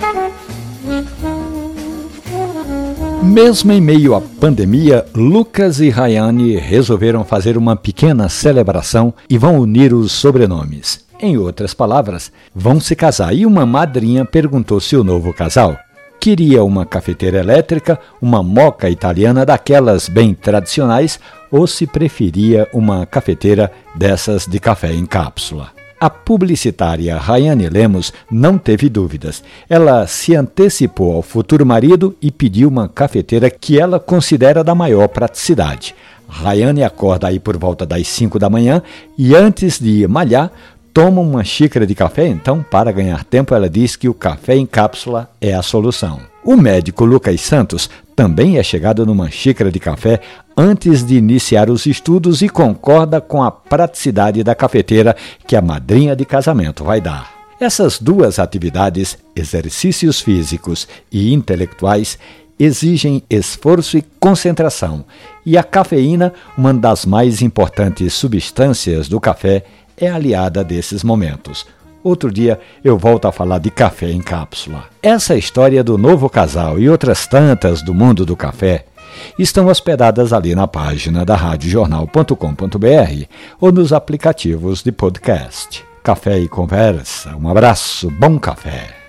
Mesmo em meio à pandemia, Lucas e Rayane resolveram fazer uma pequena celebração e vão unir os sobrenomes. Em outras palavras, vão se casar e uma madrinha perguntou se o novo casal queria uma cafeteira elétrica, uma moka italiana daquelas bem tradicionais ou se preferia uma cafeteira dessas de café em cápsula. A publicitária Rayane Lemos não teve dúvidas. Ela se antecipou ao futuro marido e pediu uma cafeteira que ela considera da maior praticidade. Rayane acorda aí por volta das 5 da manhã e antes de ir malhar, toma uma xícara de café. Então, para ganhar tempo, ela diz que o café em cápsula é a solução. O médico Lucas Santos também é chegado numa xícara de café antes de iniciar os estudos e concorda com a praticidade da cafeteira que a madrinha de casamento vai dar. Essas duas atividades, exercícios físicos e intelectuais, exigem esforço e concentração, e a cafeína, uma das mais importantes substâncias do café, é aliada desses momentos. Outro dia eu volto a falar de café em cápsula. Essa história do novo casal e outras tantas do mundo do café estão hospedadas ali na página da radiojornal.com.br ou nos aplicativos de podcast. Café e Conversa. Um abraço, bom café.